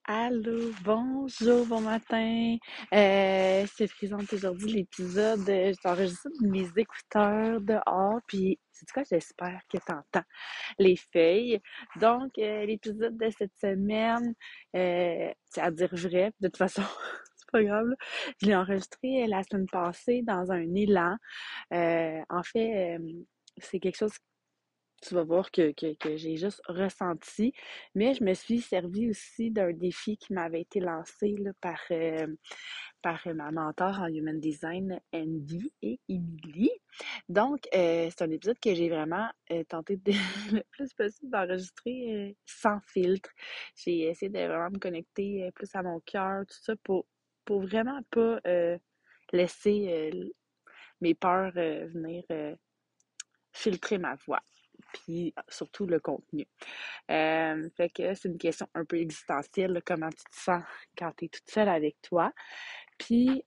Allô, bonjour, bon matin. Je te présente aujourd'hui l'épisode. J'enregistre de mes écouteurs dehors, puis c'est quoi, j'espère que t'entends les feuilles. Donc, l'épisode de cette semaine, c'est à dire vrai, de toute façon, c'est pas grave, là. Je l'ai enregistré la semaine passée dans un élan. En fait, c'est quelque chose tu vas voir que j'ai juste ressenti. Mais je me suis servi aussi d'un défi qui m'avait été lancé là, par ma mentor en Human Design, Andy et Emily. Donc, c'est un épisode que j'ai vraiment tenté de, le plus possible d'enregistrer sans filtre. J'ai essayé de vraiment me connecter plus à mon cœur, tout ça, pour vraiment pas laisser mes peurs venir filtrer ma voix puis surtout le contenu. Fait que c'est une question un peu existentielle, là, comment tu te sens quand tu es toute seule avec toi. Puis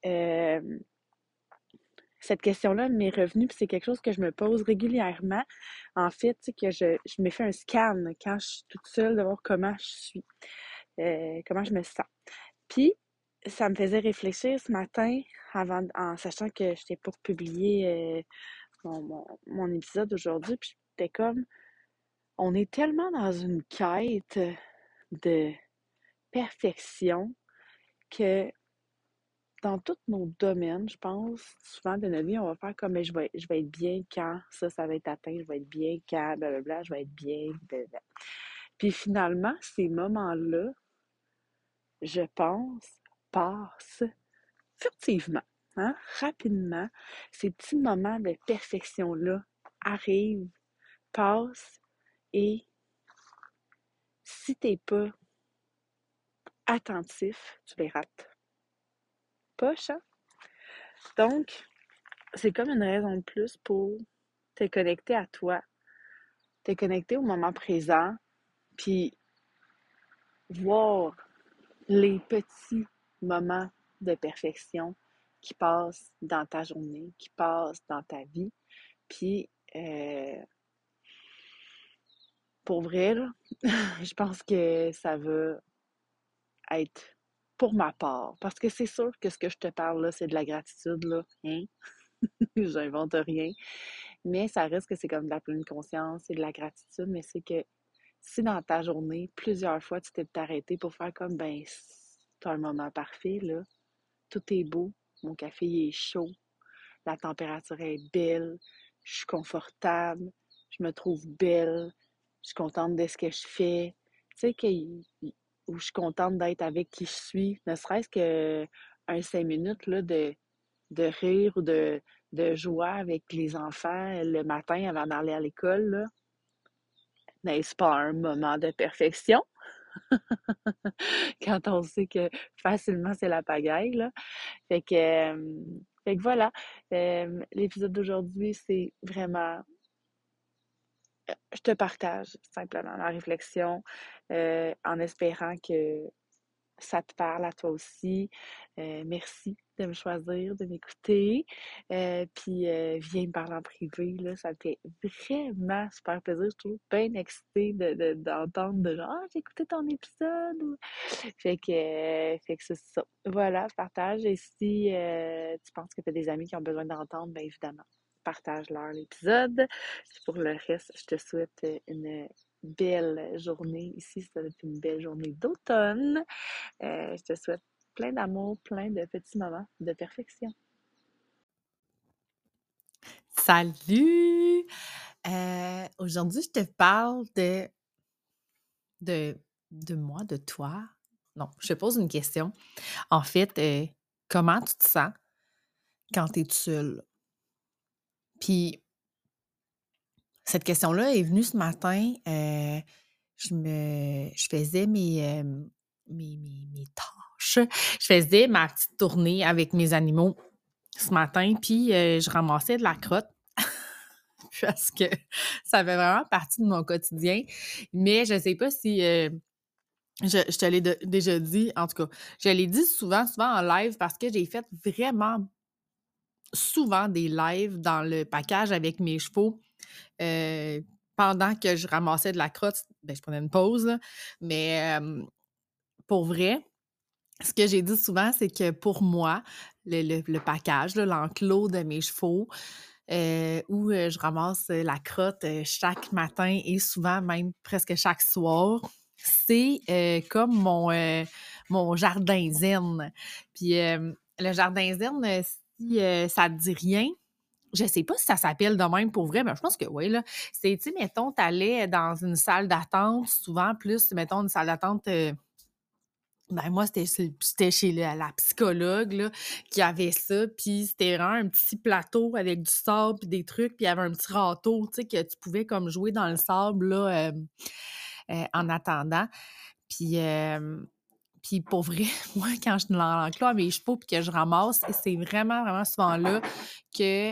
cette question-là m'est revenue, puis c'est quelque chose que je me pose régulièrement. En fait, tu sais, que je me fais un scan quand je suis toute seule de voir comment je suis, comment je me sens. Puis ça me faisait réfléchir ce matin en sachant que je n'étais pas publié mon épisode aujourd'hui, puis j'étais comme on est tellement dans une quête de perfection que dans tous nos domaines, je pense, souvent de notre vie, on va faire comme mais je vais être bien quand ça va être atteint, je vais être bien quand, blablabla, je vais être bien, blablabla. Puis finalement, ces moments-là, je pense, passent furtivement, hein, rapidement. Ces petits moments de perfection-là arrivent, passent, et si t'es pas attentif, tu les rates. Poche, hein? Donc, c'est comme une raison de plus pour te connecter à toi, te connecter au moment présent, puis voir les petits moments de perfection qui passent dans ta journée, qui passent dans ta vie. Puis, pour vrai, là, je pense que ça va être pour ma part. Parce que c'est sûr que ce que je te parle là, c'est de la gratitude, là. Hein? J'invente rien. Mais ça reste que c'est comme de la pleine conscience et de la gratitude. Mais c'est que si dans ta journée, plusieurs fois, tu t'es arrêté pour faire comme, ben, c'est un moment parfait, là. Tout est beau. Mon café il est chaud. La température est belle. Je suis confortable. Je me trouve belle. Je suis contente de ce que je fais. Tu sais, où je suis contente d'être avec qui je suis. Ne serait-ce que un 5 minutes là, de rire ou de joie avec les enfants le matin avant d'aller à l'école, là. N'est-ce pas un moment de perfection? Quand on sait que facilement c'est la pagaille, là. Fait que voilà. L'épisode d'aujourd'hui, c'est vraiment, je te partage simplement ma réflexion en espérant que ça te parle à toi aussi. Merci de me choisir, de m'écouter. Puis viens me parler en privé, là, ça me fait vraiment super plaisir. Je trouve bien excitée d'entendre de genre, ah, j'ai écouté ton épisode. Fait que c'est ça. Voilà, partage. Et si tu penses que tu as des amis qui ont besoin d'entendre, bien évidemment, partage-leur l'épisode. Puis pour le reste, je te souhaite une belle journée. Ici, ça va être une belle journée d'automne. Je te souhaite plein d'amour, plein de petits moments de perfection. Salut! Aujourd'hui, je te parle de de moi, de toi. Non, je te pose une question. En fait, comment tu te sens quand tu es seule? Puis cette question-là est venue ce matin, je faisais mes tâches. Je faisais ma petite tournée avec mes animaux ce matin, puis je ramassais de la crotte parce que ça fait vraiment partie de mon quotidien. Mais je sais pas si, je te l'ai déjà dit, en tout cas, je l'ai dit souvent en live parce que j'ai fait vraiment souvent des lives dans le package avec mes chevaux, heu, pendant que je ramassais de la crotte. Ben, je prenais une pause là, mais pour vrai, ce que j'ai dit souvent, c'est que pour moi, le package, là, l'enclos de mes chevaux, où, je ramasse, la crotte, chaque matin et souvent même presque chaque soir, c'est, comme mon jardin zen. Puis, le jardin zen, si, ça te dit rien, je sais pas si ça s'appelle de même pour vrai, mais je pense que oui, là. C'est, tu sais, mettons, tu allais dans une salle d'attente, souvent plus, mettons, une salle d'attente, ben, moi, c'était chez la psychologue, là, qui avait ça, puis c'était vraiment un petit plateau avec du sable puis des trucs, puis il y avait un petit râteau, tu sais, que tu pouvais comme jouer dans le sable, là, en attendant. Puis, puis pour vrai, moi, quand je l'enclos à mes chevaux puis que je ramasse, c'est vraiment, vraiment souvent là que,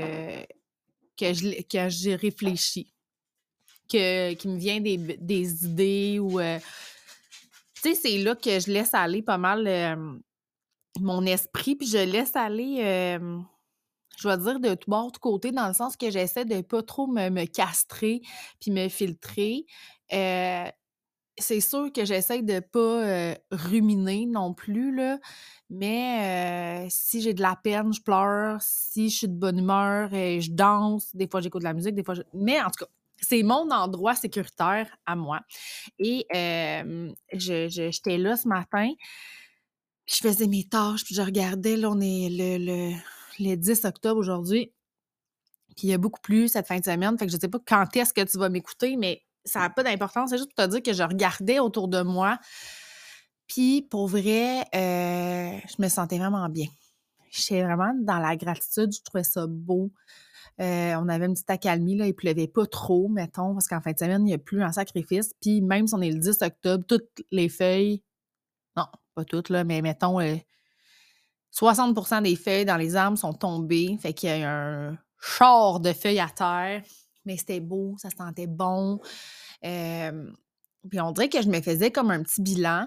que j'ai réfléchi, qu'il me vient des idées ou, tu sais, c'est là que je laisse aller pas mal, mon esprit, puis je laisse aller, je vais dire de tout bord, de côté, dans le sens que j'essaie de pas trop me castrer puis me filtrer. Heu, c'est sûr que j'essaie de pas, ruminer non plus, là, mais si j'ai de la peine, je pleure. Si je suis de bonne humeur, je danse. Des fois, j'écoute de la musique, des fois mais en tout cas, c'est mon endroit sécuritaire à moi et j'étais là ce matin, je faisais mes tâches, puis je regardais, là, on est le 10 octobre aujourd'hui, puis il a beaucoup plu cette fin de semaine, fait que je sais pas quand est-ce que tu vas m'écouter, mais ça a pas d'importance, c'est juste pour te dire que je regardais autour de moi, puis pour vrai, je me sentais vraiment bien. J'étais vraiment dans la gratitude, je trouvais ça beau. On avait une petite accalmie, là, il pleuvait pas trop, mettons, parce qu'en fin de semaine, il y a plu en sacrifice, puis même si on est le 10 octobre, toutes les feuilles, non, pas toutes, là, mais mettons, 60 des feuilles dans les arbres sont tombées, fait qu'il y a un char de feuilles à terre, mais c'était beau, ça sentait bon. Puis on dirait que je me faisais comme un petit bilan,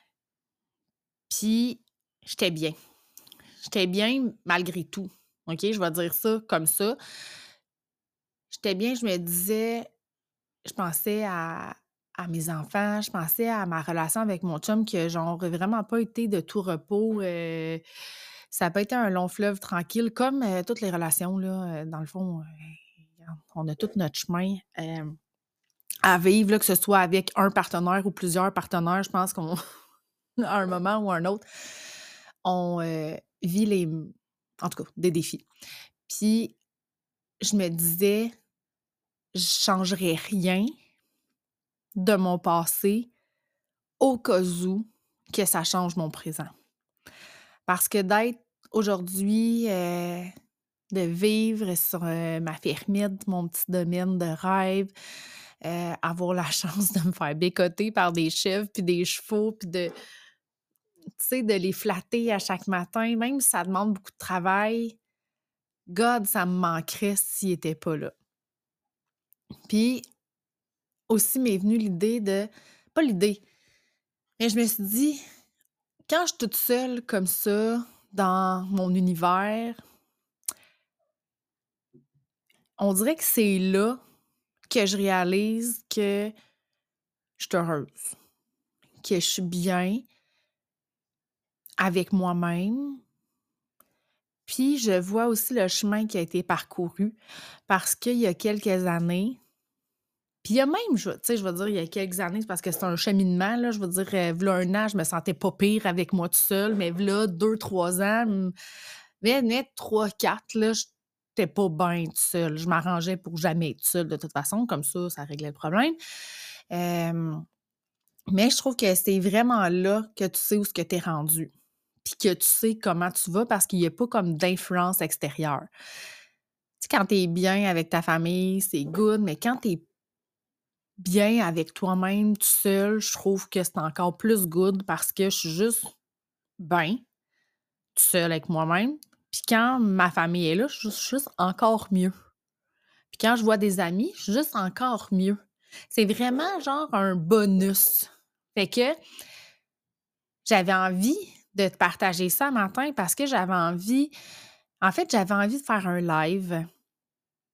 puis j'étais bien. J'étais bien malgré tout, OK? Je vais dire ça comme ça. J'étais bien, je me disais je pensais à mes enfants, je pensais à ma relation avec mon chum qui a genre vraiment pas été de tout repos, ça a pas été un long fleuve tranquille comme, toutes les relations là, dans le fond, regarde, on a tout notre chemin, à vivre là, que ce soit avec un partenaire ou plusieurs partenaires. Je pense qu'on à un moment ou un autre, on, vit en tout cas, des défis. Puis je me disais: «Je changerais rien de mon passé au cas où que ça change mon présent». Parce que d'être aujourd'hui, de vivre sur, ma fermite, mon petit domaine de rêve, avoir la chance de me faire bécoter par des chèvres puis des chevaux, puis de tu sais, de les flatter à chaque matin, même si ça demande beaucoup de travail, God, ça me manquerait s'il était pas là. Puis aussi m'est venue l'idée de pas l'idée, mais je me suis dit: «Quand je suis toute seule comme ça, dans mon univers, on dirait que c'est là que je réalise que je suis heureuse, que je suis bien avec moi-même». Puis je vois aussi le chemin qui a été parcouru parce qu'il y a quelques années, puis il y a même, tu sais, je veux dire, il y a quelques années, c'est parce que c'est un cheminement, là, je veux dire, v'là 1 an, je me sentais pas pire avec moi toute seule, mais v'là 2 3 ans, mais net 3 4 là, j'étais pas bien toute seule. Je m'arrangeais pour jamais être seule de toute façon, comme ça réglait le problème. Hem, mais je trouve que c'est vraiment là que tu sais où ce que tu es rendu, puis que tu sais comment tu vas parce qu'il y a pas comme d'influence extérieure. Tu sais, quand tu es bien avec ta famille, c'est good, mais quand tu es bien avec toi-même tout seul, je trouve que c'est encore plus good parce que je suis juste bien, tout seul avec moi-même. Puis quand ma famille est là, je suis juste encore mieux. Puis quand je vois des amis, je suis juste encore mieux. C'est vraiment genre un bonus. Fait que j'avais envie de te partager ça un matin parce que j'avais envie de faire un live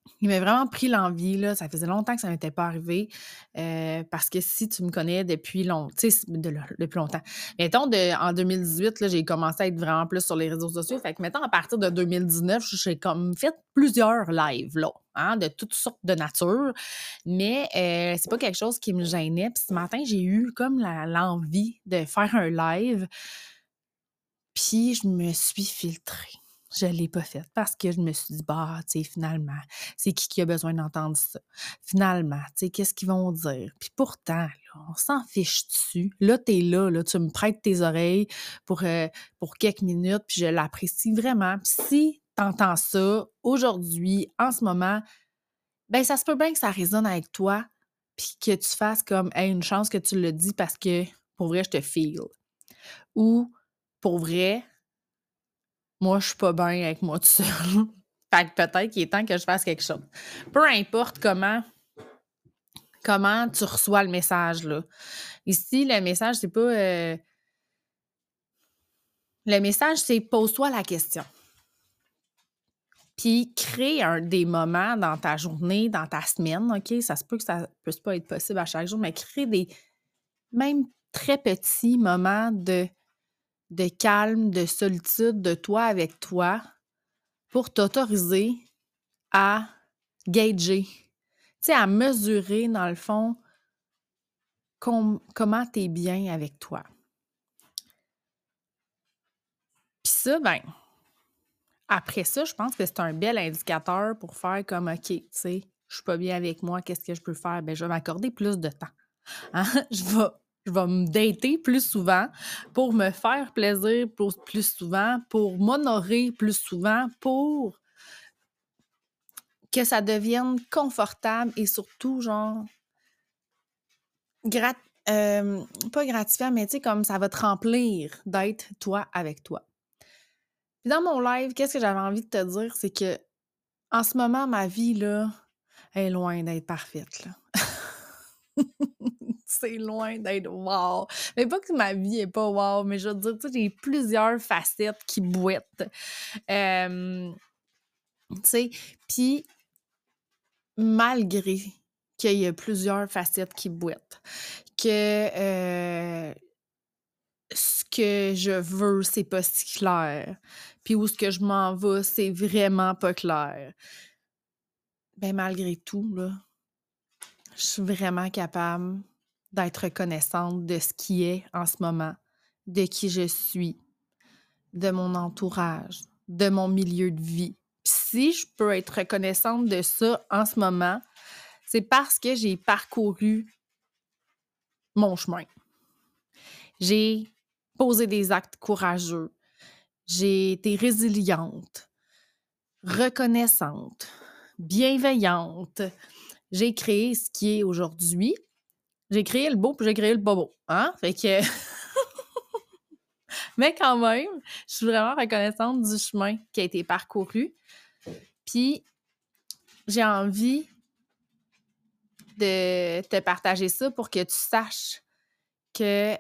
Il m'a vraiment pris l'envie, là. Ça faisait longtemps que ça m'était pas arrivé, parce que si tu me connais depuis tu sais, depuis longtemps. Mettons en 2018, là, j'ai commencé à être vraiment plus sur les réseaux sociaux. Fait que mettons à partir de 2019, j'ai comme fait plusieurs lives, là, hein, de toutes sortes de nature. Mais, c'est pas quelque chose qui me gênait. Puis ce matin, j'ai eu comme l'envie de faire un live, puis je me suis filtrée. Je l'ai pas fait parce que je me suis dit: «Bah, tu sais, finalement, c'est qui a besoin d'entendre ça? Finalement, tu sais, qu'est-ce qu'ils vont dire?» Puis pourtant, là, on s'en fiche dessus. Là, tu es là, tu me prêtes tes oreilles pour quelques minutes, puis je l'apprécie vraiment. Puis si tu entends ça aujourd'hui, en ce moment, ben ça se peut bien que ça résonne avec toi, puis que tu fasses comme: «Hey, une chance que tu l'as dit parce que pour vrai, je te feel» ou «Pour vrai, moi, je suis pas bien avec moi toute seule. Fait que peut-être qu'il est temps que je fasse quelque chose». Peu importe comment tu reçois le message, là. Ici, le message, c'est pas, le message, c'est pose-toi la question. Puis crée des moments dans ta journée, dans ta semaine, OK? Ça se peut que ça puisse pas être possible à chaque jour, mais crée des même très petits moments de calme, de solitude, de toi avec toi pour t'autoriser à gager, tu sais, à mesurer, dans le fond, comment tu es bien avec toi. Puis ça, ben, après ça, je pense que c'est un bel indicateur pour faire comme, OK, tu sais, je suis pas bien avec moi, qu'est-ce que je peux faire? Ben, je vais m'accorder plus de temps, hein? Je vais me dater plus souvent pour me faire plaisir plus souvent, pour m'honorer plus souvent, pour que ça devienne confortable et surtout, genre, Grat pas gratifiant, mais tu sais, comme ça va te remplir d'être toi avec toi. Puis dans mon live, qu'est-ce que j'avais envie de te dire, c'est que en ce moment, ma vie, là, est loin d'être parfaite, là. C'est loin d'être wow! Mais pas que ma vie est pas wow, mais je veux dire, tu sais, j'ai plusieurs facettes qui boitent. Tu sais, puis malgré qu'il y a plusieurs facettes qui boitent, que, ce que je veux, c'est pas si clair, puis où ce que je m'en vais, c'est vraiment pas clair. Ben, malgré tout, là, je suis vraiment capable d'être reconnaissante de ce qui est en ce moment, de qui je suis, de mon entourage, de mon milieu de vie. Puis si je peux être reconnaissante de ça en ce moment, c'est parce que j'ai parcouru mon chemin. J'ai posé des actes courageux. J'ai été résiliente, reconnaissante, bienveillante. J'ai créé ce qui est aujourd'hui. J'ai créé le beau, puis j'ai créé le pas beau, hein? Fait que mais quand même, je suis vraiment reconnaissante du chemin qui a été parcouru. Puis j'ai envie de te partager ça pour que tu saches que,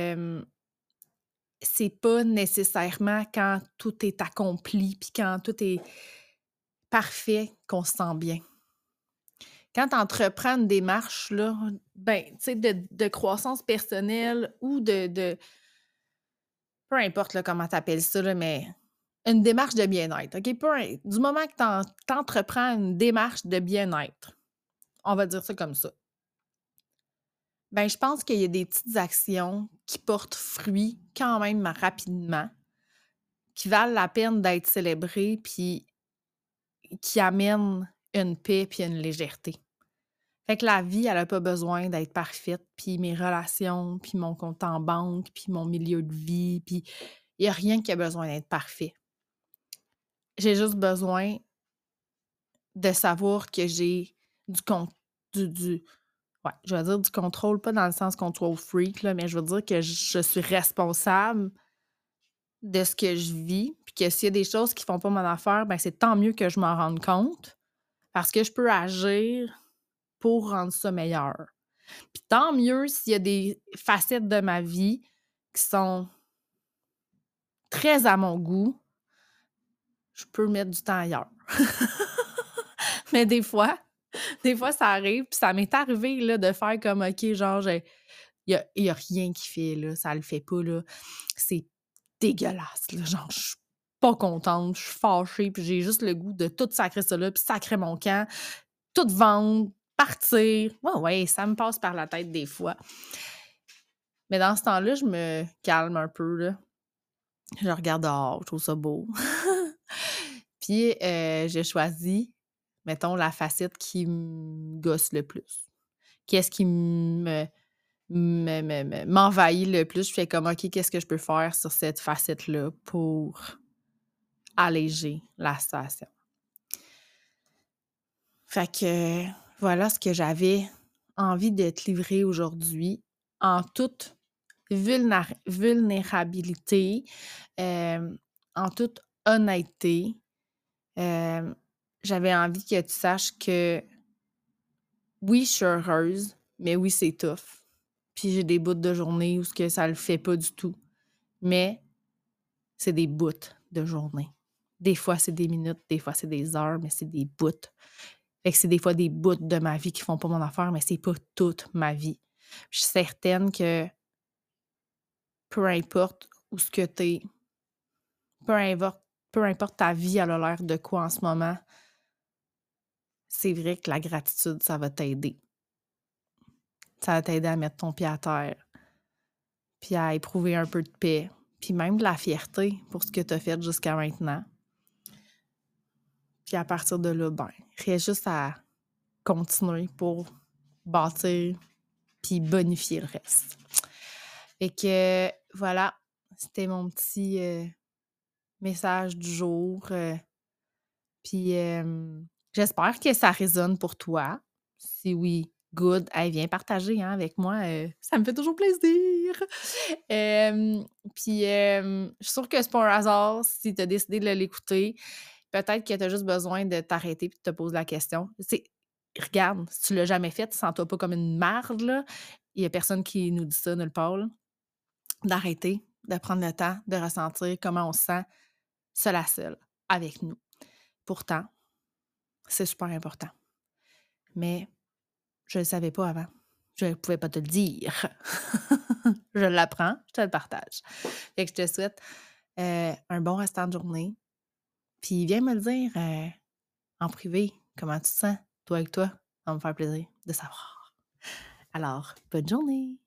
c'est pas nécessairement quand tout est accompli, puis quand tout est parfait qu'on se sent bien. Quand tu entreprends une démarche, là, ben, tu sais, de croissance personnelle ou de peu importe là, comment tu appelles ça, là, mais une démarche de bien-être, OK? Du moment que tu entreprends une démarche de bien-être, on va dire ça comme ça, ben, je pense qu'il y a des petites actions qui portent fruit quand même rapidement, qui valent la peine d'être célébrées, puis qui amènent une paix puis une légèreté. Fait que la vie, elle a pas besoin d'être parfaite, puis mes relations, puis mon compte en banque, puis mon milieu de vie, puis il y a rien qui a besoin d'être parfait. J'ai juste besoin de savoir que j'ai du con du ouais, je vais dire du contrôle, pas dans le sens control freak, là, mais je veux dire que je suis responsable de ce que je vis, puis que s'il y a des choses qui font pas mon affaire, ben c'est tant mieux que je m'en rende compte parce que je peux agir pour rendre ça meilleur. Puis tant mieux s'il y a des facettes de ma vie qui sont très à mon goût, je peux mettre du temps ailleurs. Mais des fois, ça arrive, puis ça m'est arrivé, là, de faire comme, OK, genre, il y a rien qui fait, là, ça le fait pas, là. C'est dégueulasse, là, genre, je suis pas contente, je suis fâchée, puis j'ai juste le goût de tout sacrer ça là, puis sacrer mon camp, tout vendre, partir. Ouais, ouais, ça me passe par la tête des fois. Mais dans ce temps-là, je me calme un peu, là. Je regarde dehors, je trouve ça beau. Puis, je choisis, mettons, la facette qui me gosse le plus. Qu'est-ce qui m'envahit le plus? Je fais comme: «OK, qu'est-ce que je peux faire sur cette facette-là pour alléger la situation?» Fait que voilà ce que j'avais envie de te livrer aujourd'hui en toute vulnérabilité, en toute honnêteté. Hem, J'avais envie que tu saches que oui, je suis heureuse, mais oui, c'est tough. Puis j'ai des bouts de journée où ce que ça le fait pas du tout. Mais c'est des bouts de journée. Des fois, c'est des minutes, des fois, c'est des heures, mais c'est des bouts. Fait que c'est des fois des bouts de ma vie qui font pas mon affaire, mais c'est pas toute ma vie. Je suis certaine que peu importe où ce que t'es, peu importe, peu importe ta vie, elle a l'air de quoi en ce moment, c'est vrai que la gratitude, ça va t'aider. Ça va t'aider à mettre ton pied à terre, puis à éprouver un peu de paix, puis même de la fierté pour ce que tu as fait jusqu'à maintenant. Puis à partir de là, ben, il reste juste à continuer pour bâtir puis bonifier le reste. Fait que voilà, c'était mon petit message du jour. Puis j'espère que ça résonne pour toi. Si oui, good. Hey, viens partager hein, avec moi. Ça me fait toujours plaisir. Puis je suis sûre que c'est pas un hasard si tu as décidé de l'écouter. Peut-être que tu as juste besoin de t'arrêter et de te poser la question. Regarde, si tu l'as jamais fait, sens-toi pas comme une marde, là. Il y a personne qui nous dit ça nulle part, là. D'arrêter, de prendre le temps de ressentir comment on se sent seul à seul avec nous. Pourtant, c'est super important. Mais je le savais pas avant. Je ne pouvais pas te le dire. Je l'apprends, je te le partage. Fait que je te souhaite un bon restant de journée. Puis viens me le dire en privé comment tu te sens, toi avec toi. Ça va me faire plaisir de savoir. Alors, bonne journée!